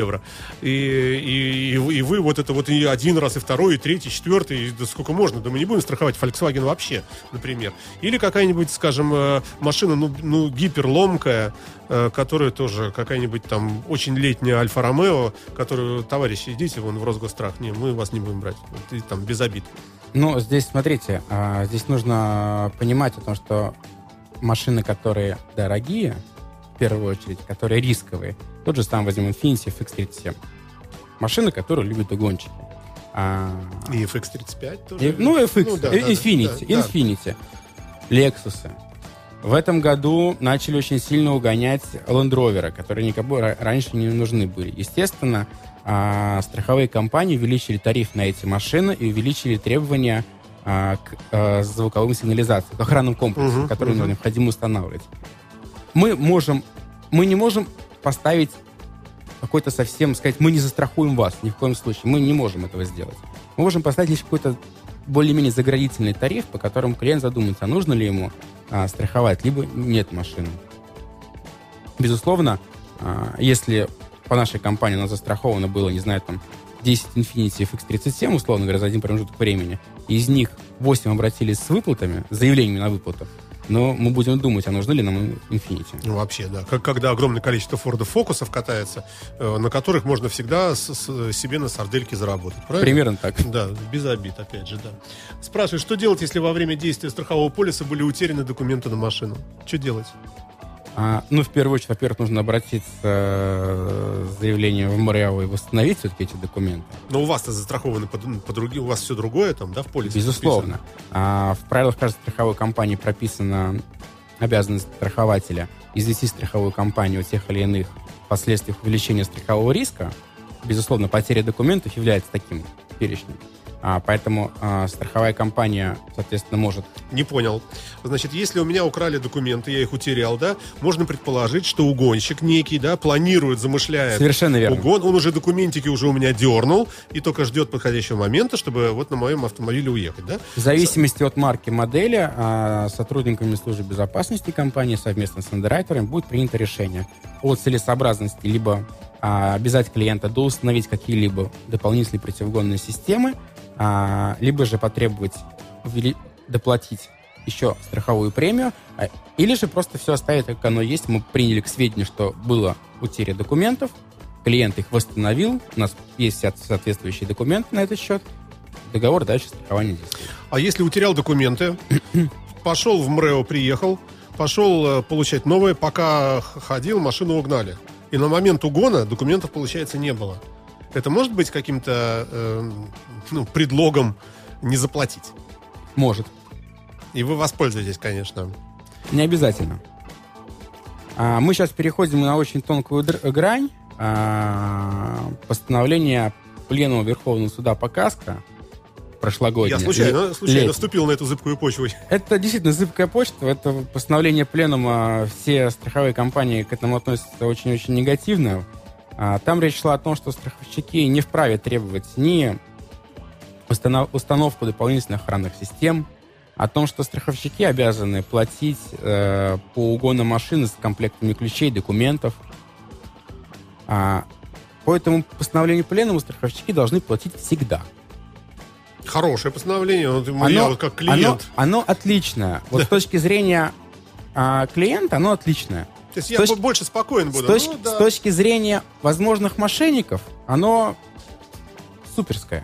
евро. И, и, и вы вот это вот и один раз, и второй, и третий, и четвертый, и да сколько можно. Да мы не будем страховать Volkswagen вообще, например. Или какая-нибудь, скажем, машина, ну, ну гиперломкая, которая тоже какая-нибудь там очень летняя Альфа-Ромео, которую, товарищи, идите вон в Росгосстрах. Не, мы вас не будем брать. И, там, без обид. Ну, здесь, смотрите, здесь нужно понимать о том, что машины, которые дорогие, в первую очередь, которые рисковые, тот же самый возьмем Infiniti эф икс тридцать семь. Машины, которые любят угонщики. А... И эф икс тридцать пять тоже. И, ну, эф икс, ну, да, Infiniti, да, да, Infiniti, Lexus. В этом году начали очень сильно угонять Land Rover, которые никому раньше не нужны были. Естественно, страховые компании увеличили тариф на эти машины и увеличили требования к звуковым сигнализациям, к охранным комплексам, uh-huh, которые uh-huh. необходимо устанавливать. Мы можем, мы не можем поставить какой-то совсем, сказать, мы не застрахуем вас, ни в коем случае. Мы не можем этого сделать. Мы можем поставить лишь какой-то более-менее заградительный тариф, по которому клиент задумается, а нужно ли ему а, страховать, либо нет машины. Безусловно, а, если по нашей компании у нас застраховано было, не знаю, там, десять Infiniti эф икс тридцать семь, условно говоря, за один промежуток времени, и из них восемь обратились с выплатами, с заявлениями на выплату, но мы будем думать, а нужны ли нам Infiniti. Ну, вообще, да. Как, когда огромное количество Ford Focus'ов катается, э, на которых можно всегда с, с, себе на сардельке заработать. Правильно? Примерно так. Да, без обид, опять же, да. Спрашиваю, что делать, если во время действия страхового полиса были утеряны документы на машину? Что делать? А, ну, в первую очередь, во-первых, нужно обратиться с заявлением в МРЭО и восстановить все-таки эти документы. Но у вас-то застрахованы по, по другим, у вас все другое там, да, в полисе? Безусловно. А, в правилах каждой страховой компании прописана обязанность страхователя известить страховую компанию о тех или иных последствиях увеличения страхового риска. Безусловно, потеря документов является таким перечнем. А, поэтому а, страховая компания, соответственно, может... Не понял. Значит, если у меня украли документы, я их утерял, да, можно предположить, что угонщик некий, да, планирует, замышляет Совершенно верно. угон. Он уже документики уже у меня дернул и только ждет подходящего момента, чтобы вот на моем автомобиле уехать, да? В зависимости от марки модели, а, сотрудниками службы безопасности компании совместно с андеррайтером будет принято решение о целесообразности либо а, обязать клиента доустановить какие-либо дополнительные противоугонные системы, А, либо же потребовать увели... доплатить еще страховую премию, а, или же просто все оставить, как оно есть. Мы приняли к сведению, что была утеря документов, клиент их восстановил, у нас есть соответствующие документы на этот счет, договор дальше страхования действует. А если утерял документы, пошел в МРЭО, приехал, пошел получать новые, пока ходил, машину угнали, и на момент угона документов, получается, не было. Это может быть каким-то э, ну, предлогом не заплатить? Может. И вы воспользуетесь, конечно. Не обязательно. А, мы сейчас переходим на очень тонкую др- грань. А, постановление Пленума Верховного суда по КАСКО прошлогоднее. Я случайно, случайно Лет. вступил на эту зыбкую почву. Это действительно зыбкая почва. Это постановление Пленума. Все страховые компании к этому относятся очень-очень негативно. Там речь шла о том, что страховщики не вправе требовать ни установ- установку дополнительных охранных систем, о том, что страховщики обязаны платить э, по угону машины с комплектами ключей, документов. А, по этому постановлению Пленума страховщики должны платить всегда. Хорошее постановление. Вот я Оно, вот как клиент. Оно, оно отличное. Вот с точки зрения а, клиента оно отличное. То есть С я точки, больше спокоен буду. С точки, ну, да. с точки зрения возможных мошенников, оно суперское.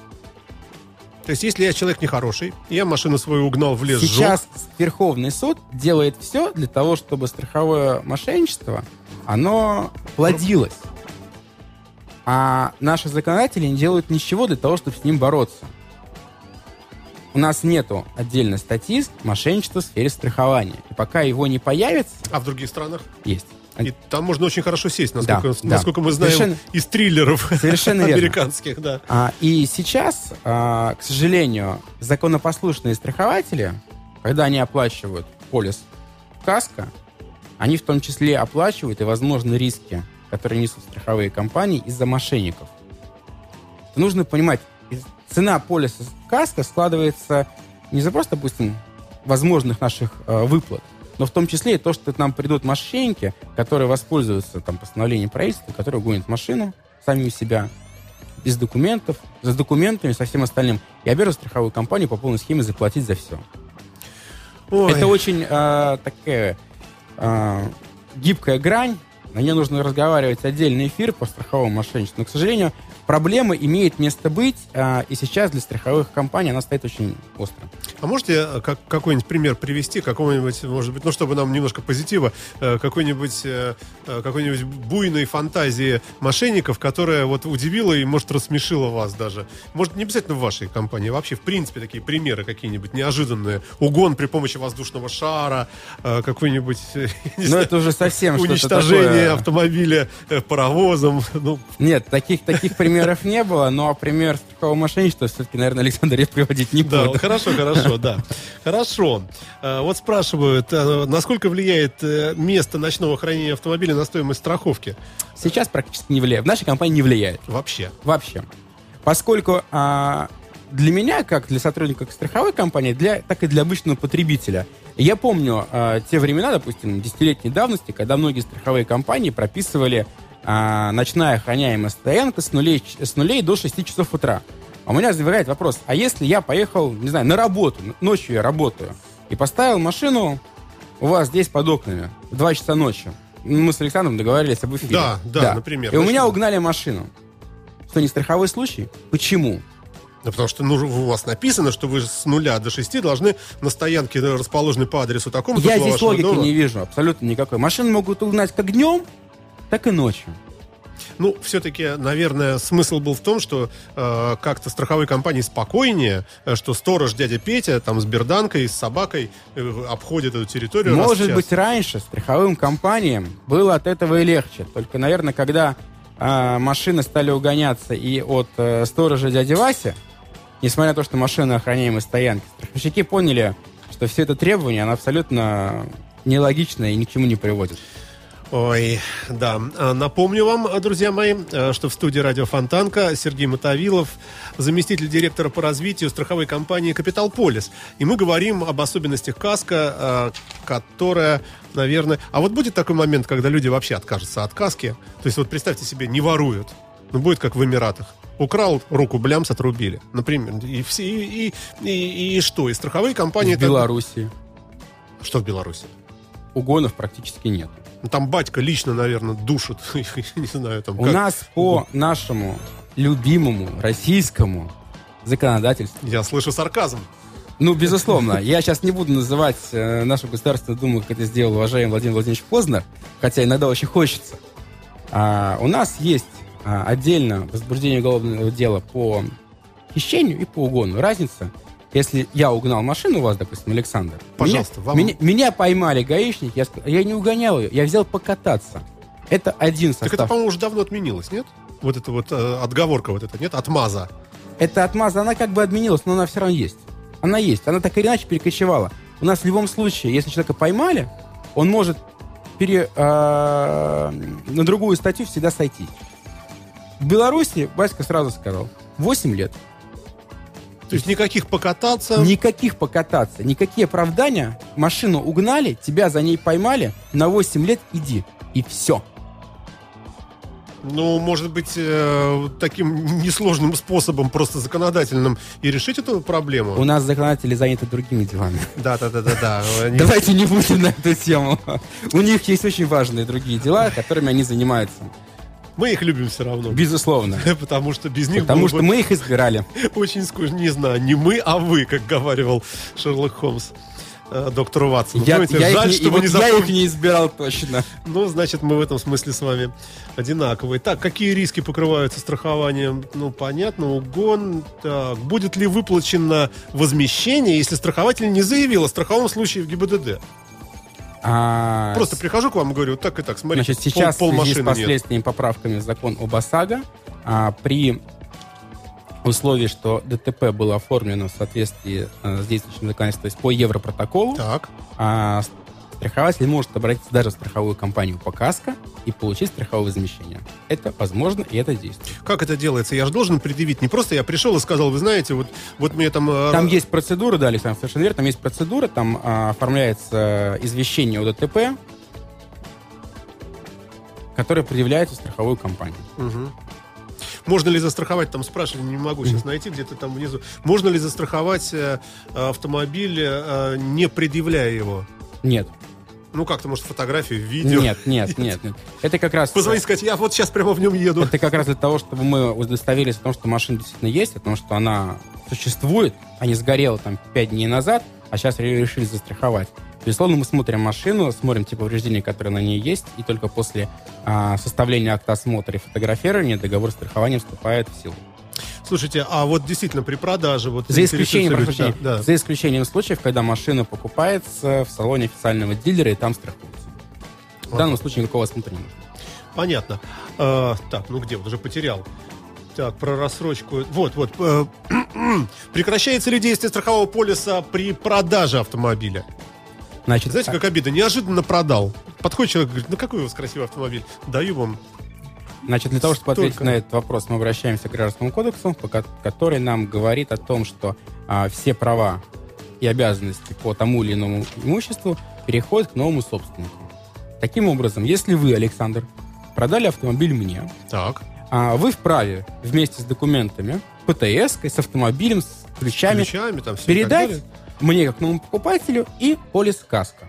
То есть если я человек нехороший, я машину свою угнал в лес, Сейчас сжег. Верховный суд делает все для того, чтобы страховое мошенничество, оно плодилось. А наши законодатели не делают ничего для того, чтобы с ним бороться. У нас нету отдельной статьи мошенничества в сфере страхования. И пока его не появится... А в других странах? Есть. И там можно очень хорошо сесть, насколько, Да, насколько да. мы знаем Совершенно, из триллеров совершенно американских. Да. А, и сейчас, а, к сожалению, законопослушные страхователи, когда они оплачивают полис КАСКО, они в том числе оплачивают и возможны риски, которые несут страховые компании из-за мошенников. Это нужно понимать, цена полиса КАСКО складывается не за просто, допустим, возможных наших э, выплат, но в том числе и то, что к нам придут мошенники, которые воспользуются там, постановлением правительства, которые угонят машину, сами у себя, без документов, за документами, со всем остальным, и обязывают страховую компанию по полной схеме заплатить за все. Ой. Это очень э, такая э, гибкая грань, на ней нужно разговаривать отдельный эфир по страховому мошенничеству. Но, к сожалению, проблема имеет место быть, э, и сейчас для страховых компаний она стоит очень остро. А можете как, какой-нибудь пример привести, какого-нибудь, может быть, ну, чтобы нам немножко позитива, э, какой-нибудь, э, какой-нибудь буйной фантазии мошенников, которая вот удивила и, может, рассмешила вас даже? Может, не обязательно в вашей компании, вообще, в принципе, такие примеры какие-нибудь неожиданные. Угон при помощи воздушного шара, э, какой-нибудь, не знаю, это уже совсем уничтожение что-то такое... автомобиля э, паровозом. Ну. Нет, таких, таких примеров не было, но пример страхового мошенничества все-таки, наверное, Александр, я приводить не буду. Да, хорошо, хорошо. Да. Хорошо. Вот спрашивают, насколько влияет место ночного хранения автомобиля на стоимость страховки? Сейчас практически не влияет. В нашей компании не влияет. Вообще? Вообще. Поскольку а, для меня, как для сотрудника страховой компании, для, так и для обычного потребителя, я помню а, те времена, допустим, десятилетней давности, когда многие страховые компании прописывали а, ночная охраняемая стоянка с нулей, с нулей до шести часов утра. А у меня возникает вопрос, а если я поехал, не знаю, на работу, ночью я работаю, и поставил машину у вас здесь под окнами в два часа ночи, мы с Александром договорились об эфире. Да, да, да. Например. И у меня угнали машину. Что, не страховой случай? Почему? Да потому что ну, у вас написано, что вы с нуля до шести должны на стоянке, расположенной по адресу такому. Я здесь логики дома. не вижу, абсолютно никакой. Машины могут угнать как днем, так и ночью. Ну, все-таки, наверное, смысл был в том, что э, как-то страховой компании спокойнее, э, что сторож дядя Петя там с берданкой, с собакой э, обходит эту территорию. Может быть, раньше страховым компаниям было от этого и легче. Только, наверное, когда э, машины стали угоняться и от э, сторожа дяди Васи, несмотря на то, что машина охраняемой стоянки, страховщики поняли, что все это требование, оно абсолютно нелогично и ни к чему не приводит. Ой, да. Напомню вам, друзья мои, что в студии радио Фонтанка Сергей Мотовилов, заместитель директора по развитию страховой компании «Капитал Полис». И мы говорим об особенностях каско, которая, наверное... А вот будет такой момент, когда люди вообще откажутся от каски? То есть вот представьте себе, не воруют. Ну, будет как в Эмиратах. Украл, руку блямс, отрубили. Например. И, все, и, и, и, и что? И страховые компании... В Беларуси. Это... Что в Беларуси? Угонов практически нет. Там батька лично, наверное, душит. Не знаю, там У как. нас по нашему любимому российскому законодательству. Я слышу сарказм. Ну, безусловно. Я сейчас не буду называть э, нашу Государственную Думу, как это сделал уважаемый Владимир Владимирович Познер, хотя иногда очень хочется. А, у нас есть а, отдельно возбуждение уголовного дела по хищению и по угону. Разница, если я угнал машину у вас, допустим, Александр, пожалуйста, меня, вам... меня, меня поймали гаишники, я, я не угонял ее, я взял покататься. Это один состав. Так это, по-моему, уже давно отменилось, нет? Вот это вот э, отговорка вот эта, нет? Отмаза. Это отмаза, она как бы отменилась, но она все равно есть. Она есть, она так или иначе перекочевала. У нас в любом случае, если человека поймали, он может пере, э, на другую статью всегда сойти. В Беларуси, Баська сразу сказал, восемь лет. То есть никаких покататься? Никаких покататься, никакие оправдания. Машину угнали, тебя за ней поймали, на восемь лет иди. И все. Ну, может быть, э, таким несложным способом, просто законодательным, и решить эту проблему? У нас законодатели заняты другими делами. Да-да-да-да. Давайте не будем на эту тему. У них есть очень важные другие дела, которыми они занимаются. Мы их любим все равно. Безусловно. Потому что без них Потому что мы их избирали. Очень скучно. Не знаю, не мы, а вы, как говаривал Шерлок Холмс э, доктору Ватсону. Я, Помните, я, жаль, их, что вот вы не я запомнили. их не избирал точно. Ну, значит, мы в этом смысле с вами одинаковые. Так, какие риски покрываются страхованием? Ну, понятно, угон. Так, будет ли выплачено возмещение, если страхователь не заявил о страховом случае в ГИБДД? А, Просто прихожу к вам и говорю, так и так, смотрите, значит, сейчас пол, пол в связи с машины последними нет. поправками в закон об ОСАГО, а, при условии, что ДТП было оформлено в соответствии а, с действующим законодательством, то есть по Европротоколу, Так. а, страхователь может обратиться даже в страховую компанию по КАСКО и получить страховое возмещение. Это возможно, и это действует. Как это делается? Я же должен предъявить. Не просто я пришел и сказал, вы знаете, вот, вот мне там... Там есть процедура, да, Александр, совершенно верно, там есть процедура, там а, оформляется извещение о ДТП, которое предъявляется в страховую компанию. Угу. Можно ли застраховать, там спрашивали, не могу сейчас найти, где-то там внизу. Можно ли застраховать э, автомобиль, э, не предъявляя его? Нет. Ну, как-то, может, фотографию, видео? Нет, нет, нет. нет. Это как раз... Позвонить, сказать, я вот сейчас прямо в нем еду. Это как раз для того, чтобы мы удостоверились в том, что машина действительно есть, о том, что она существует, а не сгорела там пять дней назад, а сейчас решили застраховать. Безусловно, мы смотрим машину, смотрим те повреждения, которые на ней есть, и только после а, составления акта осмотра и фотографирования договор страхования вступает в силу. Слушайте, а вот действительно при продаже... Вот за, исключением, прошу прощения, да, да. за исключением случаев, когда машина покупается в салоне официального дилера и там страхуется. В данном случае никакого осмотра не нужно. Понятно. А, так, ну где? Вот уже потерял. Так, про рассрочку. Вот, вот. Э, прекращается ли действие страхового полиса при продаже автомобиля? Значит, знаете, как обидно. Неожиданно продал. Подходит человек и говорит, ну какой у вас красивый автомобиль? Даю вам. Значит, для того, чтобы Столько. ответить на этот вопрос, мы обращаемся к Гражданскому кодексу, который нам говорит о том, что а, все права и обязанности по тому или иному имуществу переходят к новому собственнику. Таким образом, если вы, Александр, продали автомобиль мне, так. а, вы вправе вместе с документами, ПТС-кой, с автомобилем, с ключами, ключами там, все передать мне, как новому покупателю, и полис КАСКО.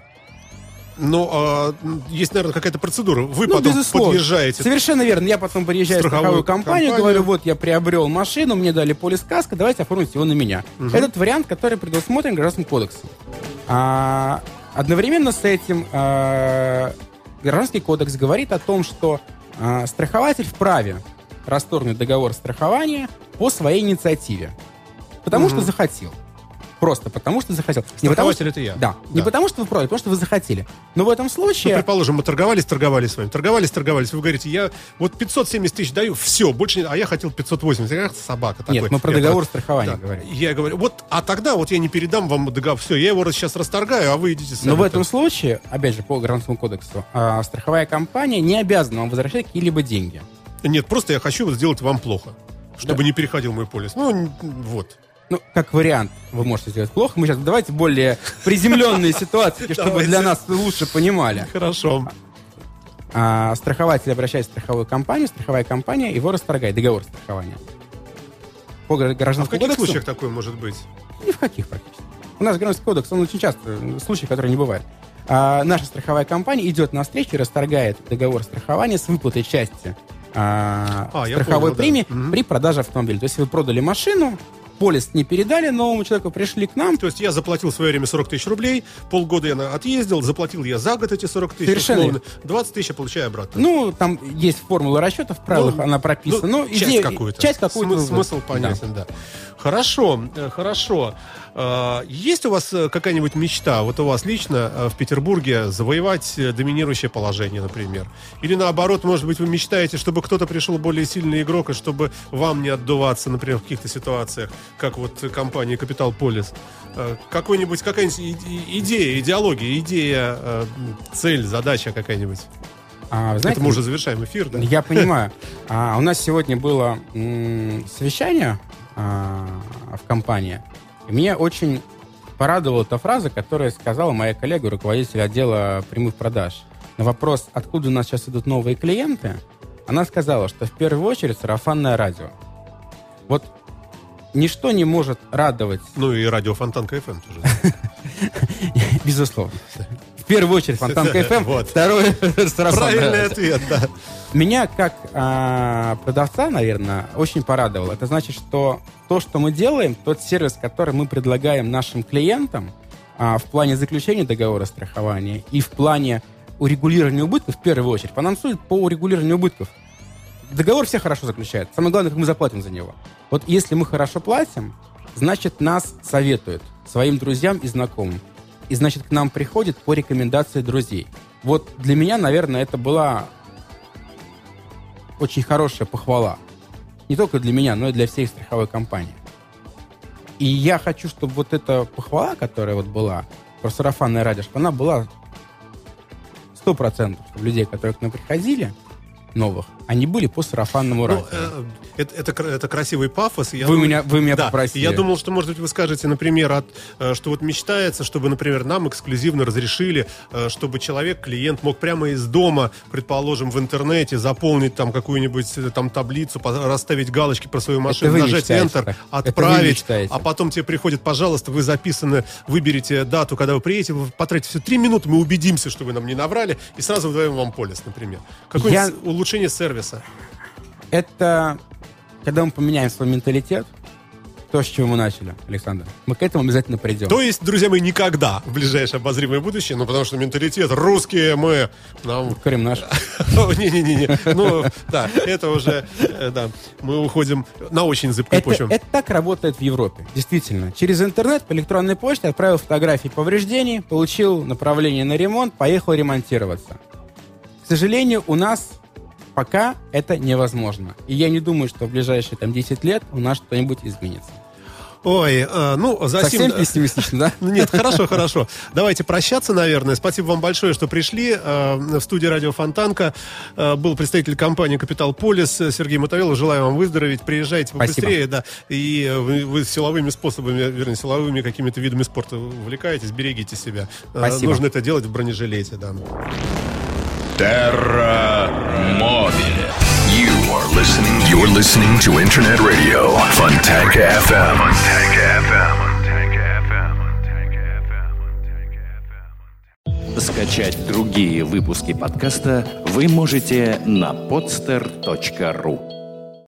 Но а, есть, наверное, какая-то процедура. Вы ну, потом безусловно. подъезжаете. Совершенно верно. Я потом приезжаю в страховую компанию, компанию, говорю, вот я приобрел машину, мне дали полис КАСКО, давайте оформить его на меня. Угу. Этот вариант, который предусмотрен Гражданским кодексом. А, одновременно с этим а, Гражданский кодекс говорит о том, что а, страхователь вправе расторгнуть договор страхования по своей инициативе. Потому угу. что захотел. Просто потому, что захотел. Страхователь не потому, что, это я. Да. да. Не потому, что вы против, а потому, что вы захотели. Но в этом случае... Ну, предположим, мы торговались, торговались с вами. Торговались, торговались. Вы говорите, я вот пятьсот семьдесят тысяч даю, все, больше не... А я хотел пятьсот восемьдесят. Я как собака такой. Нет, мы про я договор про... страхования да. говорим. Я говорю, вот, а тогда вот я не передам вам договор. Все, я его сейчас расторгаю, а вы идите сами. Но в этом случае, опять же, по Гражданскому кодексу, страховая компания не обязана вам возвращать какие-либо деньги. Нет, просто я хочу сделать вам плохо, чтобы да. не переходил мой полис. Ну, вот. Ну, как вариант, вы можете сделать плохо. Мы сейчас давайте более приземленные ситуации, чтобы для нас лучше понимали. Хорошо. А, страхователь обращается в страховую компанию, страховая компания его расторгает, договор страхования. По Гражданскому а в каких кодексу, случаях такое может быть? Ни в каких практически. У нас Гражданский кодекс, он очень часто, случаи, которые не бывают. А, наша страховая компания идет навстречу и расторгает договор страхования с выплатой части а, а, страховой понял, премии да. при продаже автомобиля. То есть вы продали машину, полис не передали новому человеку, пришли к нам. То есть я заплатил в свое время сорок тысяч рублей, полгода я отъездил, заплатил я за год эти сорок тысяч, Совершенно. условно, двадцать тысяч я получаю обратно. Ну, там есть формула расчета, в правилах ну, она прописана. Ну, ну, часть идея, какую-то. Часть какую-то. Смысл, смысл понятен, да. да. Хорошо, хорошо. Есть у вас какая-нибудь мечта, вот у вас лично в Петербурге завоевать доминирующее положение, например? Или наоборот, может быть, вы мечтаете, чтобы кто-то пришел более сильный игрок, и чтобы вам не отдуваться, например, в каких-то ситуациях, как вот компания Capital Polis? Какой-нибудь, какая-нибудь идея, идеология, идея, цель, задача какая-нибудь? А, знаете, это мы уже завершаем эфир, да? Я понимаю. А, у нас сегодня было м- совещание а, в компании. И меня очень порадовала та фраза, которую сказала моя коллега, руководитель отдела прямых продаж. На вопрос, откуда у нас сейчас идут новые клиенты, она сказала, что в первую очередь сарафанное радио. Вот ничто не может радовать... Ну и радио Фонтанка эф эм тоже. Безусловно. В первую очередь Фонтанка эф эм, вот. Второй сарафанное. Правильный ответ, да. Меня, как а, продавца, наверное, очень порадовало. Это значит, что то, что мы делаем, тот сервис, который мы предлагаем нашим клиентам а, в плане заключения договора страхования и в плане урегулирования убытков, в первую очередь, по нам судят по урегулированию убытков. Договор все хорошо заключают. Самое главное, как мы заплатим за него. Вот если мы хорошо платим, значит, нас советуют своим друзьям и знакомым. И, значит, к нам приходят по рекомендации друзей. Вот для меня, наверное, это была очень хорошая похвала. Не только для меня, но и для всей страховой компании. И я хочу, чтобы вот эта похвала, которая вот была про сарафанное радио, чтобы она была сто процентов, чтобы людей, которые к нам приходили, новых, они были по сарафанному радио. Ну, э, это, это, это красивый пафос. Я вы, думаю, меня, вы меня да, попросили. Я думал, что, может быть, вы скажете, например, от, что вот мечтается, чтобы, например, нам эксклюзивно разрешили, чтобы человек, клиент мог прямо из дома, предположим, в интернете заполнить там какую-нибудь там таблицу, расставить галочки про свою машину, нажать Enter, так. отправить, а потом тебе приходит, пожалуйста, вы записаны, выберите дату, когда вы приедете, вы потратите все три минуты, мы убедимся, что вы нам не наврали, и сразу выдаем вам полис, например. Какое-нибудь я... улучшение сервиса. Это когда мы поменяем свой менталитет, то, с чего мы начали, Александр, мы к этому обязательно придем. То есть, друзья мои, никогда в ближайшее обозримое будущее, ну, потому что менталитет, русские мы... Нам... Крым наш. Не-не-не, ну, да, это уже, да, мы уходим на очень зыбкую почву. Это так работает в Европе, действительно. Через интернет по электронной почте отправил фотографии повреждений, получил направление на ремонт, поехал ремонтироваться. К сожалению, у нас пока это невозможно. И я не думаю, что в ближайшие там, десять лет у нас что-нибудь изменится. Ой, э, ну, за Совсем пессимистично, да? Нет, хорошо, хорошо. Давайте прощаться, наверное. Спасибо вам большое, что пришли. Э, в студии радио Фонтанка э, был представитель компании «Капитал Полис» Сергей Мотовилов. Желаю вам выздороветь. Приезжайте побыстрее, да. И вы, вы силовыми способами, вернее, силовыми какими-то видами спорта увлекаетесь, берегите себя. Спасибо. Э, нужно это делать в бронежилете, да. Terra Mobile. You are listening. You're listening to Internet Radio Fontanka эф эм. Fontanka эф эм. Скачать другие выпуски подкаста вы можете на podster точка ru.